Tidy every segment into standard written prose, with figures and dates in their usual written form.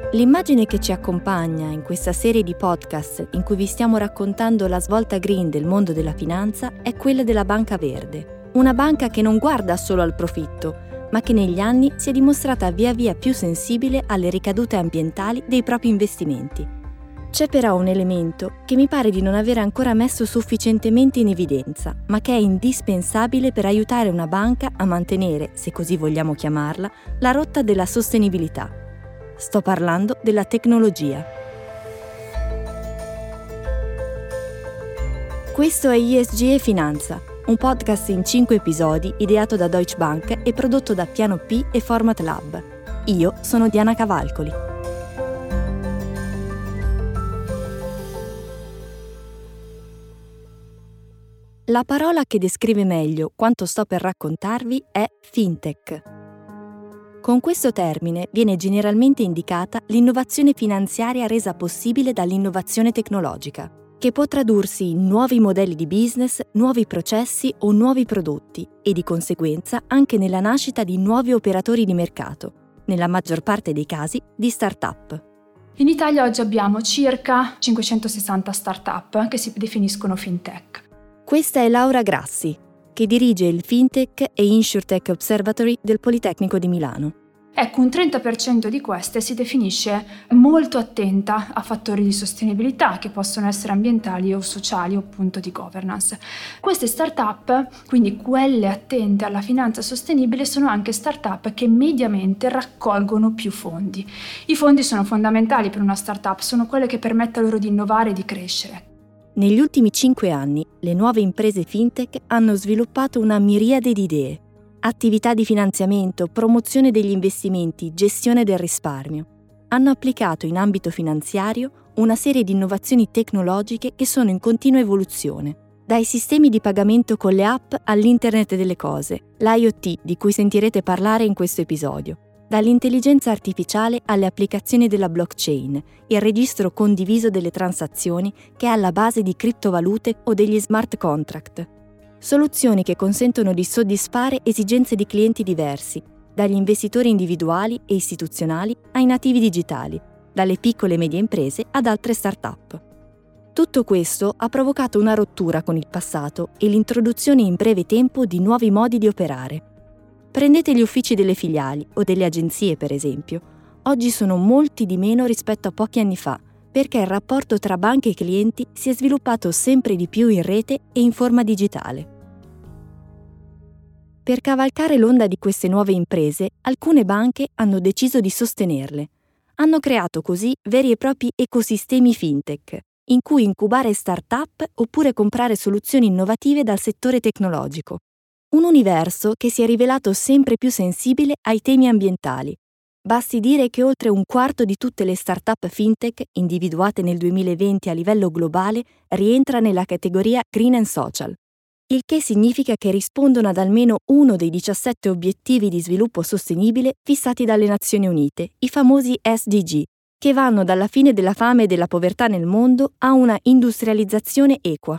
L'immagine che ci accompagna in questa serie di podcast in cui vi stiamo raccontando la svolta green del mondo della finanza è quella della banca verde. Una banca che non guarda solo al profitto, ma che negli anni si è dimostrata via via più sensibile alle ricadute ambientali dei propri investimenti. C'è però un elemento che mi pare di non avere ancora messo sufficientemente in evidenza, ma che è indispensabile per aiutare una banca a mantenere, se così vogliamo chiamarla, la rotta della sostenibilità. Sto parlando della tecnologia. Questo è ESG e Finanza, un podcast in 5 episodi ideato da Deutsche Bank e prodotto da Piano P e Format Lab. Io sono Diana Cavalcoli. La parola che descrive meglio quanto sto per raccontarvi è fintech. Con questo termine viene generalmente indicata l'innovazione finanziaria resa possibile dall'innovazione tecnologica, che può tradursi in nuovi modelli di business, nuovi processi o nuovi prodotti e di conseguenza anche nella nascita di nuovi operatori di mercato, nella maggior parte dei casi di start-up. In Italia oggi abbiamo circa 560 start-up che si definiscono fintech. Questa è Laura Grassi, che dirige il Fintech e InsurTech Observatory del Politecnico di Milano. Ecco, un 30% di queste si definisce molto attenta a fattori di sostenibilità che possono essere ambientali o sociali o appunto di governance. Queste start-up, quindi quelle attente alla finanza sostenibile, sono anche start-up che mediamente raccolgono più fondi. I fondi sono fondamentali per una start-up, sono quelle che permettono loro di innovare e di crescere. Negli ultimi 5 anni, le nuove imprese fintech hanno sviluppato una miriade di idee. Attività di finanziamento, promozione degli investimenti, gestione del risparmio. Hanno applicato in ambito finanziario una serie di innovazioni tecnologiche che sono in continua evoluzione. Dai sistemi di pagamento con le app all'Internet delle cose, l'IoT di cui sentirete parlare in questo episodio. Dall'intelligenza artificiale alle applicazioni della blockchain, il registro condiviso delle transazioni che è alla base di criptovalute o degli smart contract. Soluzioni che consentono di soddisfare esigenze di clienti diversi, dagli investitori individuali e istituzionali ai nativi digitali, dalle piccole e medie imprese ad altre start-up. Tutto questo ha provocato una rottura con il passato e l'introduzione in breve tempo di nuovi modi di operare. Prendete gli uffici delle filiali o delle agenzie, per esempio. Oggi sono molti di meno rispetto a pochi anni fa, perché il rapporto tra banche e clienti si è sviluppato sempre di più in rete e in forma digitale. Per cavalcare l'onda di queste nuove imprese, alcune banche hanno deciso di sostenerle. Hanno creato così veri e propri ecosistemi fintech, in cui incubare start-up oppure comprare soluzioni innovative dal settore tecnologico. Un universo che si è rivelato sempre più sensibile ai temi ambientali. Basti dire che oltre un quarto di tutte le start-up fintech individuate nel 2020 a livello globale rientra nella categoria Green and Social, il che significa che rispondono ad almeno uno dei 17 obiettivi di sviluppo sostenibile fissati dalle Nazioni Unite, i famosi SDG, che vanno dalla fine della fame e della povertà nel mondo a una industrializzazione equa.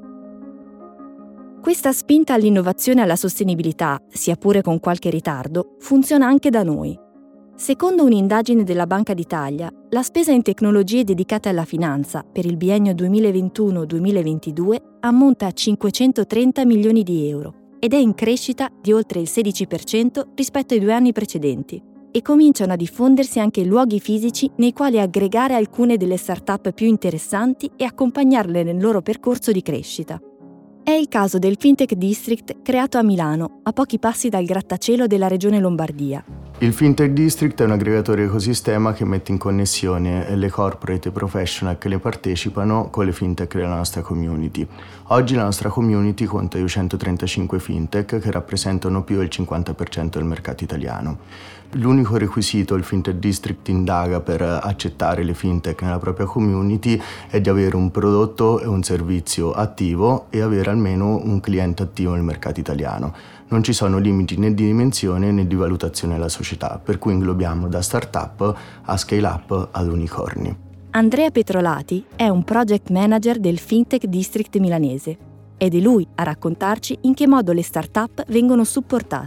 Questa spinta all'innovazione e alla sostenibilità, sia pure con qualche ritardo, funziona anche da noi. Secondo un'indagine della Banca d'Italia, la spesa in tecnologie dedicate alla finanza per il biennio 2021-2022 ammonta a 530 milioni di euro ed è in crescita di oltre il 16% rispetto ai 2 anni precedenti e cominciano a diffondersi anche luoghi fisici nei quali aggregare alcune delle start-up più interessanti e accompagnarle nel loro percorso di crescita. È il caso del Fintech District creato a Milano, a pochi passi dal grattacielo della regione Lombardia. Il Fintech District è un aggregatore ecosistema che mette in connessione le corporate e professional che le partecipano con le fintech della nostra community. Oggi la nostra community conta 235 fintech che rappresentano più del 50% del mercato italiano. L'unico requisito il Fintech District indaga per accettare le fintech nella propria community è di avere un prodotto e un servizio attivo e avere almeno un cliente attivo nel mercato italiano. Non ci sono limiti né di dimensione né di valutazione della società, per cui inglobiamo da start-up a scale-up ad unicorni. Andrea Petrolati è un project manager del Fintech District milanese ed è lui a raccontarci in che modo le start-up vengono supportate.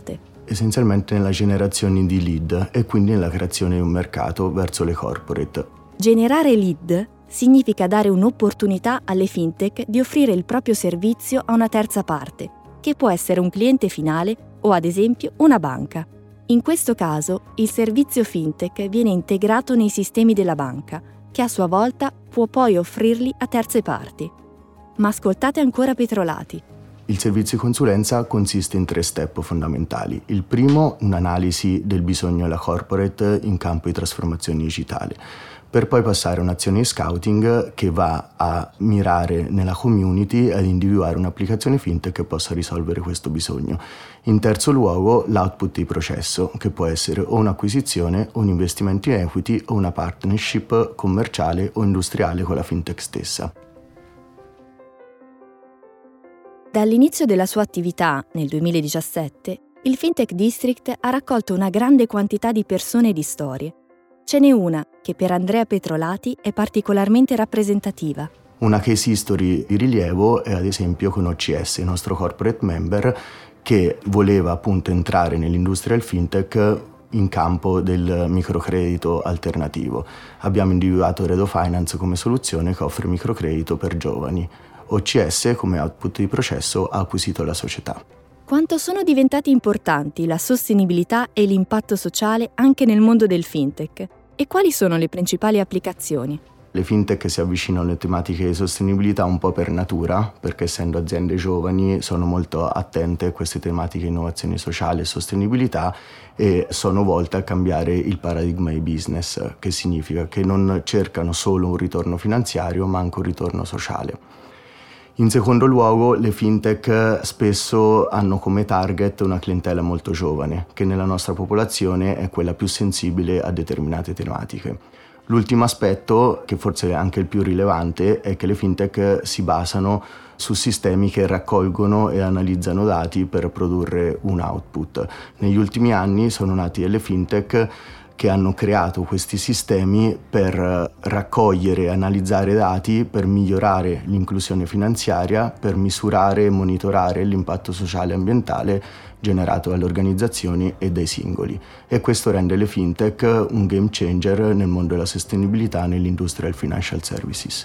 essenzialmente nella generazione di lead e quindi nella creazione di un mercato verso le corporate. Generare lead significa dare un'opportunità alle fintech di offrire il proprio servizio a una terza parte, che può essere un cliente finale o ad esempio una banca. In questo caso, il servizio fintech viene integrato nei sistemi della banca, che a sua volta può poi offrirli a terze parti. Ma ascoltate ancora Petrolati. Il servizio di consulenza consiste in 3 step fondamentali. Il primo, un'analisi del bisogno della corporate in campo di trasformazione digitale, per poi passare a un'azione di scouting che va a mirare nella community ad individuare un'applicazione fintech che possa risolvere questo bisogno. In terzo luogo, l'output di processo, che può essere o un'acquisizione, o un investimento in equity, o una partnership commerciale o industriale con la fintech stessa. Dall'inizio della sua attività, nel 2017, il Fintech District ha raccolto una grande quantità di persone e di storie. Ce n'è una che per Andrea Petrolati è particolarmente rappresentativa. Una case history di rilievo è ad esempio con OCS, il nostro corporate member, che voleva appunto entrare nell'industria del fintech in campo del microcredito alternativo. Abbiamo individuato Redo Finance come soluzione che offre microcredito per giovani. OCS, come output di processo, ha acquisito la società. Quanto sono diventati importanti la sostenibilità e l'impatto sociale anche nel mondo del fintech? E quali sono le principali applicazioni? Le fintech si avvicinano alle tematiche di sostenibilità un po' per natura, perché essendo aziende giovani sono molto attente a queste tematiche di innovazione sociale e sostenibilità e sono volte a cambiare il paradigma di business, che significa che non cercano solo un ritorno finanziario ma anche un ritorno sociale. In secondo luogo, le fintech spesso hanno come target una clientela molto giovane, che nella nostra popolazione è quella più sensibile a determinate tematiche. L'ultimo aspetto, che forse è anche il più rilevante, è che le fintech si basano su sistemi che raccolgono e analizzano dati per produrre un output. Negli ultimi anni sono nati delle fintech che hanno creato questi sistemi per raccogliere e analizzare dati, per migliorare l'inclusione finanziaria, per misurare e monitorare l'impatto sociale e ambientale generato dalle organizzazioni e dai singoli. E questo rende le fintech un game changer nel mondo della sostenibilità nell'industria del financial services.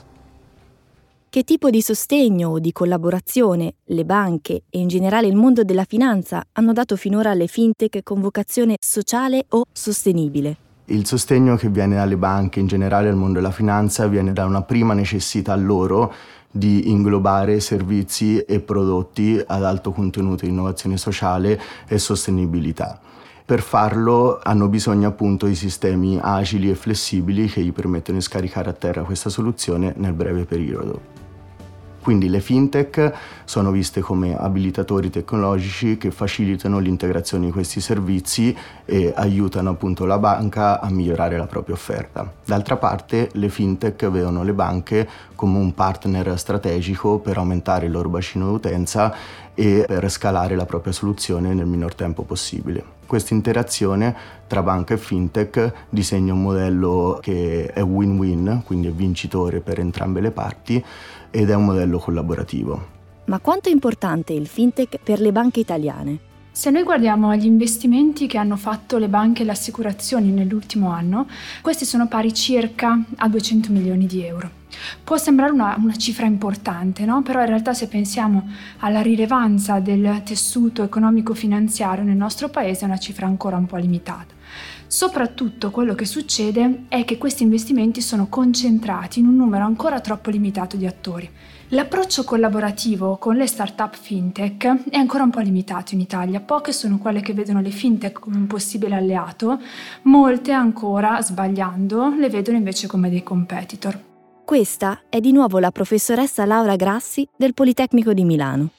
Che tipo di sostegno o di collaborazione le banche e in generale il mondo della finanza hanno dato finora alle fintech con vocazione sociale o sostenibile? Il sostegno che viene dalle banche, in generale al mondo della finanza, viene da una prima necessità loro di inglobare servizi e prodotti ad alto contenuto di innovazione sociale e sostenibilità. Per farlo hanno bisogno appunto di sistemi agili e flessibili che gli permettono di scaricare a terra questa soluzione nel breve periodo. Quindi le fintech sono viste come abilitatori tecnologici che facilitano l'integrazione di questi servizi e aiutano appunto la banca a migliorare la propria offerta. D'altra parte le fintech vedono le banche come un partner strategico per aumentare il loro bacino d'utenza e per scalare la propria soluzione nel minor tempo possibile. Questa interazione tra banca e fintech disegna un modello che è win-win, quindi è vincitore per entrambe le parti, ed è un modello collaborativo. Ma quanto è importante il fintech per le banche italiane? Se noi guardiamo agli investimenti che hanno fatto le banche e le assicurazioni nell'ultimo anno, questi sono pari circa a 200 milioni di euro. Può sembrare una cifra importante, no? Però in realtà se pensiamo alla rilevanza del tessuto economico-finanziario nel nostro paese è una cifra ancora un po' limitata. Soprattutto quello che succede è che questi investimenti sono concentrati in un numero ancora troppo limitato di attori. L'approccio collaborativo con le start-up fintech è ancora un po' limitato in Italia. Poche sono quelle che vedono le fintech come un possibile alleato, molte ancora, sbagliando, le vedono invece come dei competitor. Questa è di nuovo la professoressa Laura Grassi del Politecnico di Milano.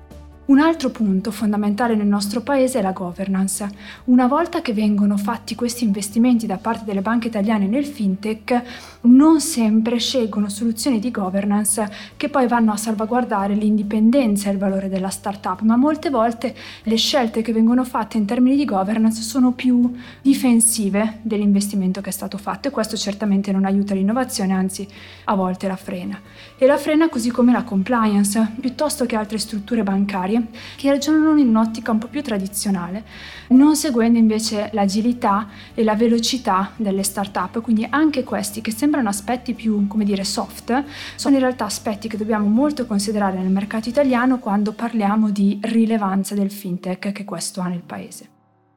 Un altro punto fondamentale nel nostro paese è la governance. Una volta che vengono fatti questi investimenti da parte delle banche italiane nel fintech, non sempre scelgono soluzioni di governance che poi vanno a salvaguardare l'indipendenza e il valore della startup, ma molte volte le scelte che vengono fatte in termini di governance sono più difensive dell'investimento che è stato fatto e questo certamente non aiuta l'innovazione, anzi a volte la frena. E la frena così come la compliance, piuttosto che altre strutture bancarie imprenditori che ragionano in un'ottica un po' più tradizionale, non seguendo invece l'agilità e la velocità delle start-up. Quindi anche questi, che sembrano aspetti più, soft, sono in realtà aspetti che dobbiamo molto considerare nel mercato italiano quando parliamo di rilevanza del fintech che questo ha nel paese.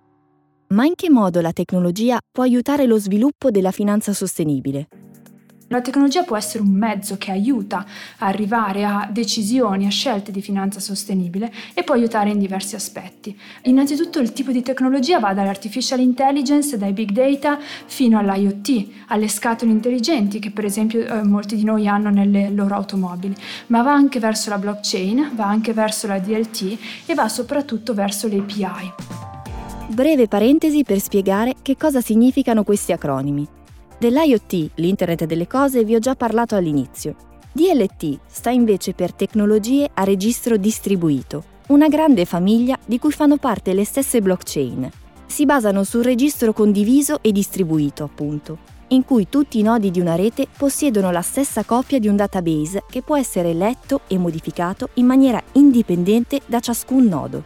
Ma in che modo la tecnologia può aiutare lo sviluppo della finanza sostenibile? La tecnologia può essere un mezzo che aiuta a arrivare a decisioni, a scelte di finanza sostenibile e può aiutare in diversi aspetti. Innanzitutto il tipo di tecnologia va dall'artificial intelligence, dai big data, fino all'IoT, alle scatole intelligenti che per esempio molti di noi hanno nelle loro automobili, ma va anche verso la blockchain, va anche verso la DLT e va soprattutto verso le API. Breve parentesi per spiegare che cosa significano questi acronimi. Dell'IoT, l'Internet delle cose, vi ho già parlato all'inizio. DLT sta invece per tecnologie a registro distribuito, una grande famiglia di cui fanno parte le stesse blockchain. Si basano sul registro condiviso e distribuito, appunto, in cui tutti i nodi di una rete possiedono la stessa copia di un database che può essere letto e modificato in maniera indipendente da ciascun nodo.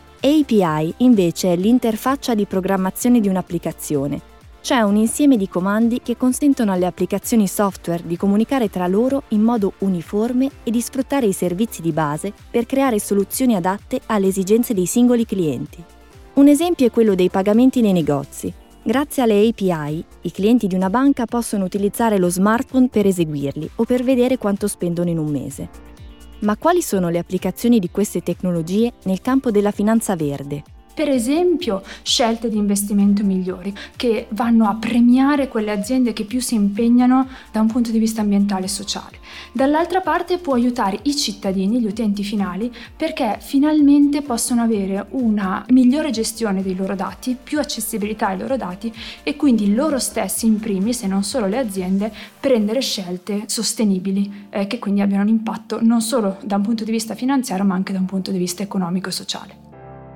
API invece è l'interfaccia di programmazione di un'applicazione. C'è un insieme di comandi che consentono alle applicazioni software di comunicare tra loro in modo uniforme e di sfruttare i servizi di base per creare soluzioni adatte alle esigenze dei singoli clienti. Un esempio è quello dei pagamenti nei negozi. Grazie alle API, i clienti di una banca possono utilizzare lo smartphone per eseguirli o per vedere quanto spendono in un mese. Ma quali sono le applicazioni di queste tecnologie nel campo della finanza verde? Per esempio, scelte di investimento migliori, che vanno a premiare quelle aziende che più si impegnano da un punto di vista ambientale e sociale. Dall'altra parte può aiutare i cittadini, gli utenti finali, perché finalmente possono avere una migliore gestione dei loro dati, più accessibilità ai loro dati e quindi loro stessi in primis, e non solo le aziende, prendere scelte sostenibili che quindi abbiano un impatto non solo da un punto di vista finanziario ma anche da un punto di vista economico e sociale.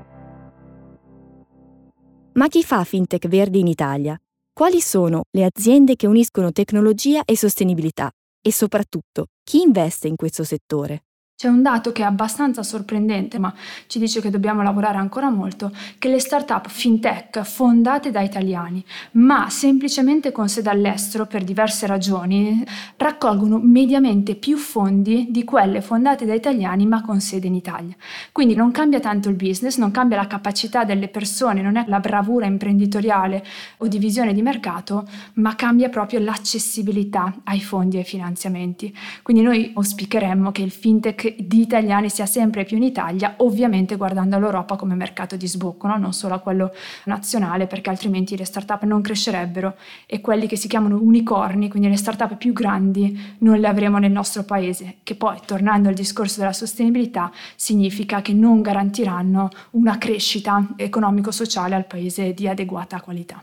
Ma chi fa fintech verdi in Italia? Quali sono le aziende che uniscono tecnologia e sostenibilità? E soprattutto, chi investe in questo settore? C'è un dato che è abbastanza sorprendente, ma ci dice che dobbiamo lavorare ancora molto, che le start-up fintech fondate da italiani, ma semplicemente con sede all'estero per diverse ragioni, raccolgono mediamente più fondi di quelle fondate da italiani ma con sede in Italia. Quindi non cambia tanto il business, non cambia la capacità delle persone, non è la bravura imprenditoriale o di visione di mercato, ma cambia proprio l'accessibilità ai fondi e ai finanziamenti. Quindi noi auspicheremmo che il fintech di italiani sia sempre più in Italia, ovviamente guardando all'Europa come mercato di sbocco, no? Non solo a quello nazionale, perché altrimenti le start-up non crescerebbero e quelli che si chiamano unicorni, quindi le start-up più grandi, non le avremo nel nostro paese, che poi, tornando al discorso della sostenibilità, significa che non garantiranno una crescita economico-sociale al paese di adeguata qualità.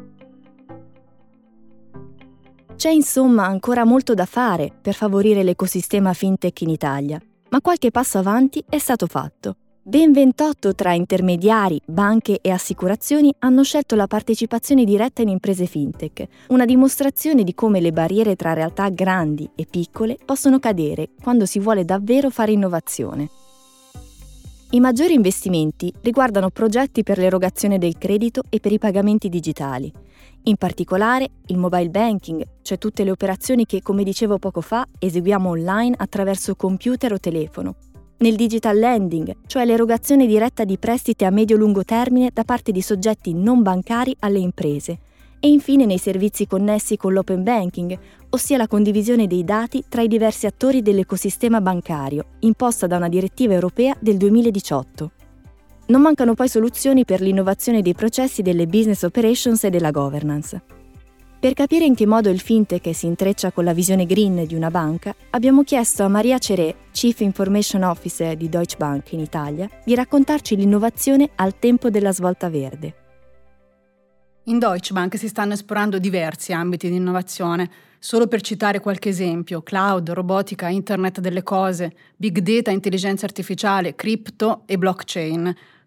C'è insomma ancora molto da fare per favorire l'ecosistema fintech in Italia, ma qualche passo avanti è stato fatto. Ben 28 tra intermediari, banche e assicurazioni hanno scelto la partecipazione diretta in imprese fintech, una dimostrazione di come le barriere tra realtà grandi e piccole possono cadere quando si vuole davvero fare innovazione. I maggiori investimenti riguardano progetti per l'erogazione del credito e per i pagamenti digitali. In particolare il mobile banking, cioè tutte le operazioni che, come dicevo poco fa, eseguiamo online attraverso computer o telefono. Nel digital lending, cioè l'erogazione diretta di prestiti a medio-lungo termine da parte di soggetti non bancari alle imprese. E infine nei servizi connessi con l'open banking, ossia la condivisione dei dati tra i diversi attori dell'ecosistema bancario, imposta da una direttiva europea del 2018. Non mancano poi soluzioni per l'innovazione dei processi delle business operations e della governance. Per capire in che modo il fintech si intreccia con la visione green di una banca, abbiamo chiesto a Maria Ceré, Chief Information Officer di Deutsche Bank in Italia, di raccontarci l'innovazione al tempo della svolta verde. In Deutsche Bank si stanno esplorando diversi ambiti di innovazione. Solo per citare qualche esempio: cloud, robotica, internet delle cose, big data, intelligenza artificiale, cripto e blockchain.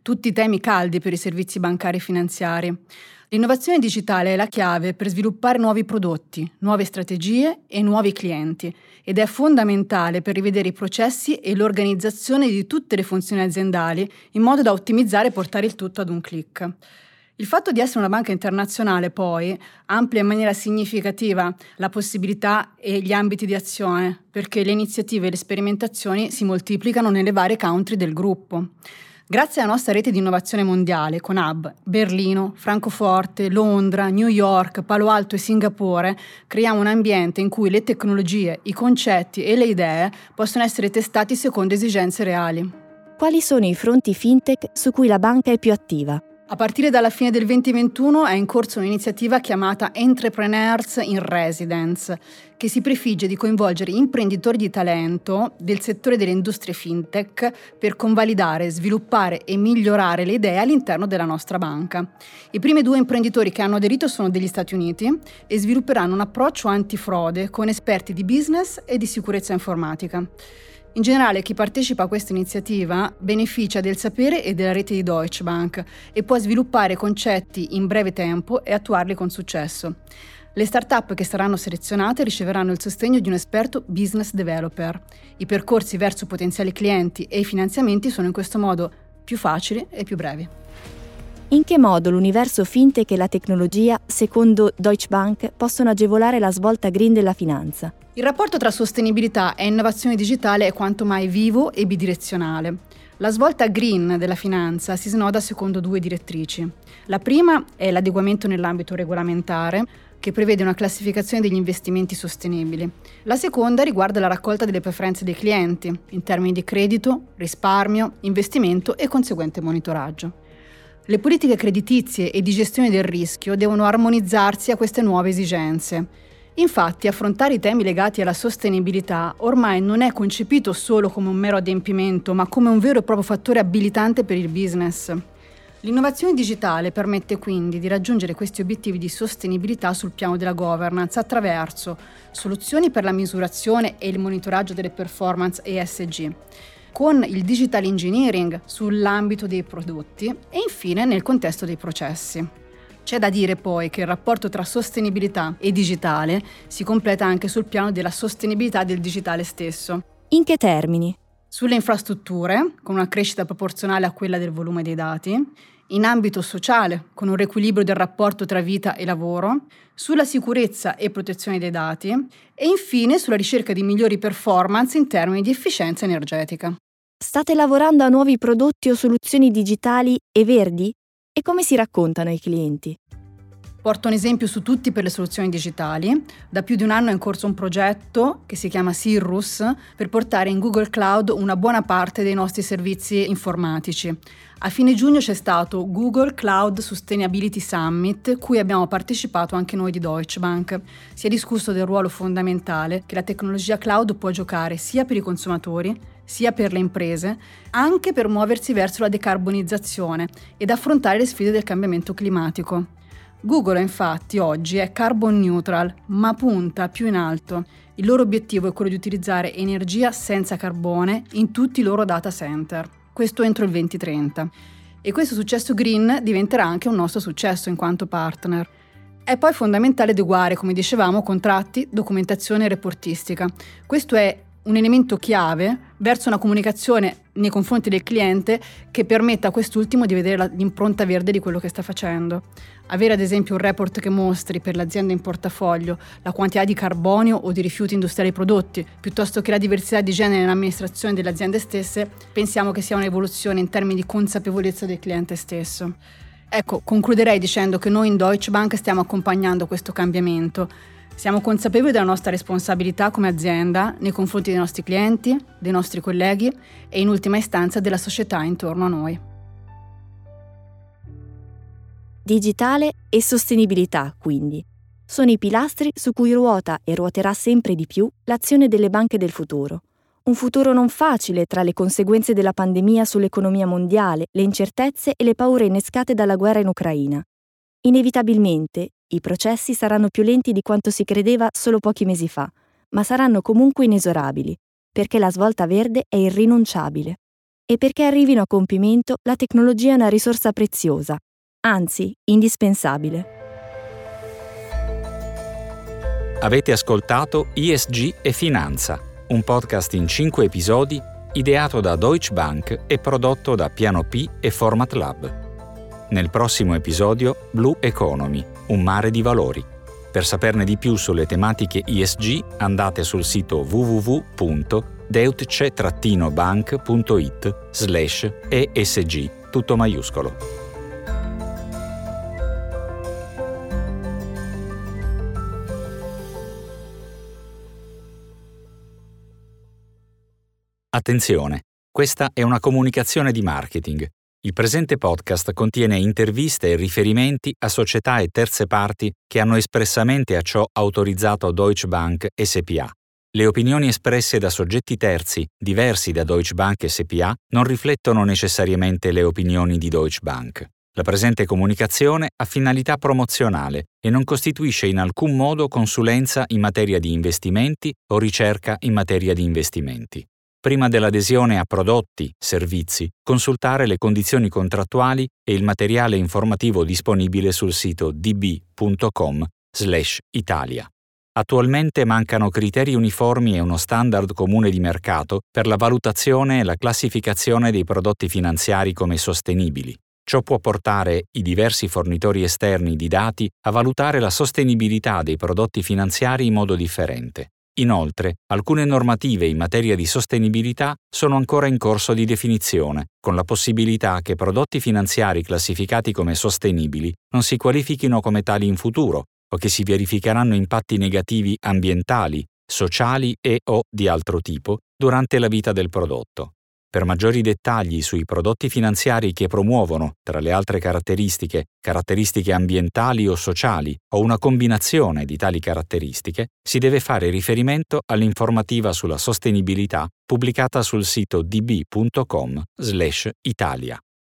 tutti temi caldi per i servizi bancari e finanziari. L'innovazione digitale è la chiave per sviluppare nuovi prodotti, nuove strategie e nuovi clienti ed è fondamentale per rivedere i processi e l'organizzazione di tutte le funzioni aziendali in modo da ottimizzare e portare il tutto ad un click. Il fatto di essere una banca internazionale, poi, amplia in maniera significativa la possibilità e gli ambiti di azione, perché le iniziative e le sperimentazioni si moltiplicano nelle varie country del gruppo. Grazie alla nostra rete di innovazione mondiale, con hub Berlino, Francoforte, Londra, New York, Palo Alto e Singapore, creiamo un ambiente in cui le tecnologie, i concetti e le idee possono essere testati secondo esigenze reali. Quali sono i fronti fintech su cui la banca è più attiva? A partire dalla fine del 2021 è in corso un'iniziativa chiamata Entrepreneurs in Residence, che si prefigge di coinvolgere imprenditori di talento del settore delle industrie fintech per convalidare, sviluppare e migliorare le idee all'interno della nostra banca. I primi 2 imprenditori che hanno aderito sono degli Stati Uniti e svilupperanno un approccio antifrode con esperti di business e di sicurezza informatica. In generale, chi partecipa a questa iniziativa beneficia del sapere e della rete di Deutsche Bank e può sviluppare concetti in breve tempo e attuarli con successo. Le start-up che saranno selezionate riceveranno il sostegno di un esperto business developer. I percorsi verso potenziali clienti e i finanziamenti sono in questo modo più facili e più brevi. In che modo l'universo fintech e la tecnologia, secondo Deutsche Bank, possono agevolare la svolta green della finanza? Il rapporto tra sostenibilità e innovazione digitale è quanto mai vivo e bidirezionale. La svolta green della finanza si snoda secondo 2 direttrici. La prima è l'adeguamento nell'ambito regolamentare, che prevede una classificazione degli investimenti sostenibili. La seconda riguarda la raccolta delle preferenze dei clienti, in termini di credito, risparmio, investimento e conseguente monitoraggio. Le politiche creditizie e di gestione del rischio devono armonizzarsi a queste nuove esigenze. Infatti, affrontare i temi legati alla sostenibilità ormai non è concepito solo come un mero adempimento, ma come un vero e proprio fattore abilitante per il business. L'innovazione digitale permette quindi di raggiungere questi obiettivi di sostenibilità sul piano della governance attraverso soluzioni per la misurazione e il monitoraggio delle performance ESG, con il digital engineering sull'ambito dei prodotti e infine nel contesto dei processi. C'è da dire poi che il rapporto tra sostenibilità e digitale si completa anche sul piano della sostenibilità del digitale stesso. In che termini? Sulle infrastrutture, con una crescita proporzionale a quella del volume dei dati, in ambito sociale, con un riequilibrio del rapporto tra vita e lavoro, sulla sicurezza e protezione dei dati e infine sulla ricerca di migliori performance in termini di efficienza energetica. State lavorando a nuovi prodotti o soluzioni digitali e verdi? E come si raccontano ai clienti? Porto un esempio su tutti per le soluzioni digitali. Da più di un anno è in corso un progetto che si chiama Cirrus per portare in Google Cloud una buona parte dei nostri servizi informatici. A fine giugno c'è stato Google Cloud Sustainability Summit, cui abbiamo partecipato anche noi di Deutsche Bank. Si è discusso del ruolo fondamentale che la tecnologia cloud può giocare sia per i consumatori, sia per le imprese, anche per muoversi verso la decarbonizzazione ed affrontare le sfide del cambiamento climatico. Google infatti oggi è carbon neutral, ma punta più in alto. Il loro obiettivo è quello di utilizzare energia senza carbone in tutti i loro data center, questo entro il 2030. E questo successo green diventerà anche un nostro successo in quanto partner. È poi fondamentale adeguare, come dicevamo, contratti, documentazione e reportistica. Questo è un elemento chiave verso una comunicazione nei confronti del cliente che permetta a quest'ultimo di vedere l'impronta verde di quello che sta facendo. Avere ad esempio un report che mostri per l'azienda in portafoglio la quantità di carbonio o di rifiuti industriali prodotti, piuttosto che la diversità di genere nell'amministrazione delle aziende stesse, pensiamo che sia un'evoluzione in termini di consapevolezza del cliente stesso. Ecco, concluderei dicendo che noi in Deutsche Bank stiamo accompagnando questo cambiamento. Siamo consapevoli della nostra responsabilità come azienda nei confronti dei nostri clienti, dei nostri colleghi e in ultima istanza della società intorno a noi. Digitale e sostenibilità, quindi, sono i pilastri su cui ruota e ruoterà sempre di più l'azione delle banche del futuro. Un futuro non facile tra le conseguenze della pandemia sull'economia mondiale, le incertezze e le paure innescate dalla guerra in Ucraina. Inevitabilmente, i processi saranno più lenti di quanto si credeva solo pochi mesi fa, ma saranno comunque inesorabili, perché la svolta verde è irrinunciabile. e perché arrivino a compimento la tecnologia è una risorsa preziosa, anzi indispensabile. Avete ascoltato ESG e Finanza, un podcast in 5 episodi ideato da Deutsche Bank e prodotto da Piano P e Format Lab. Nel prossimo episodio Blue Economy, un mare di valori. Per saperne di più sulle tematiche ESG andate sul sito www.deutsche-bank.it/ESG, tutto maiuscolo. Attenzione, questa è una comunicazione di marketing. Il presente podcast contiene interviste e riferimenti a società e terze parti che hanno espressamente a ciò autorizzato Deutsche Bank S.p.A. Le opinioni espresse da soggetti terzi, diversi da Deutsche Bank S.p.A., non riflettono necessariamente le opinioni di Deutsche Bank. La presente comunicazione ha finalità promozionale e non costituisce in alcun modo consulenza in materia di investimenti o ricerca in materia di investimenti. Prima dell'adesione a prodotti, servizi, consultare le condizioni contrattuali e il materiale informativo disponibile sul sito db.com/Italia. Attualmente mancano criteri uniformi e uno standard comune di mercato per la valutazione e la classificazione dei prodotti finanziari come sostenibili. Ciò può portare i diversi fornitori esterni di dati a valutare la sostenibilità dei prodotti finanziari in modo differente. Inoltre, alcune normative in materia di sostenibilità sono ancora in corso di definizione, con la possibilità che prodotti finanziari classificati come sostenibili non si qualifichino come tali in futuro o che si verificheranno impatti negativi ambientali, sociali e/o di altro tipo durante la vita del prodotto. Per maggiori dettagli sui prodotti finanziari che promuovono, tra le altre caratteristiche ambientali o sociali o una combinazione di tali caratteristiche, si deve fare riferimento all'informativa sulla sostenibilità pubblicata sul sito db.com/Italia.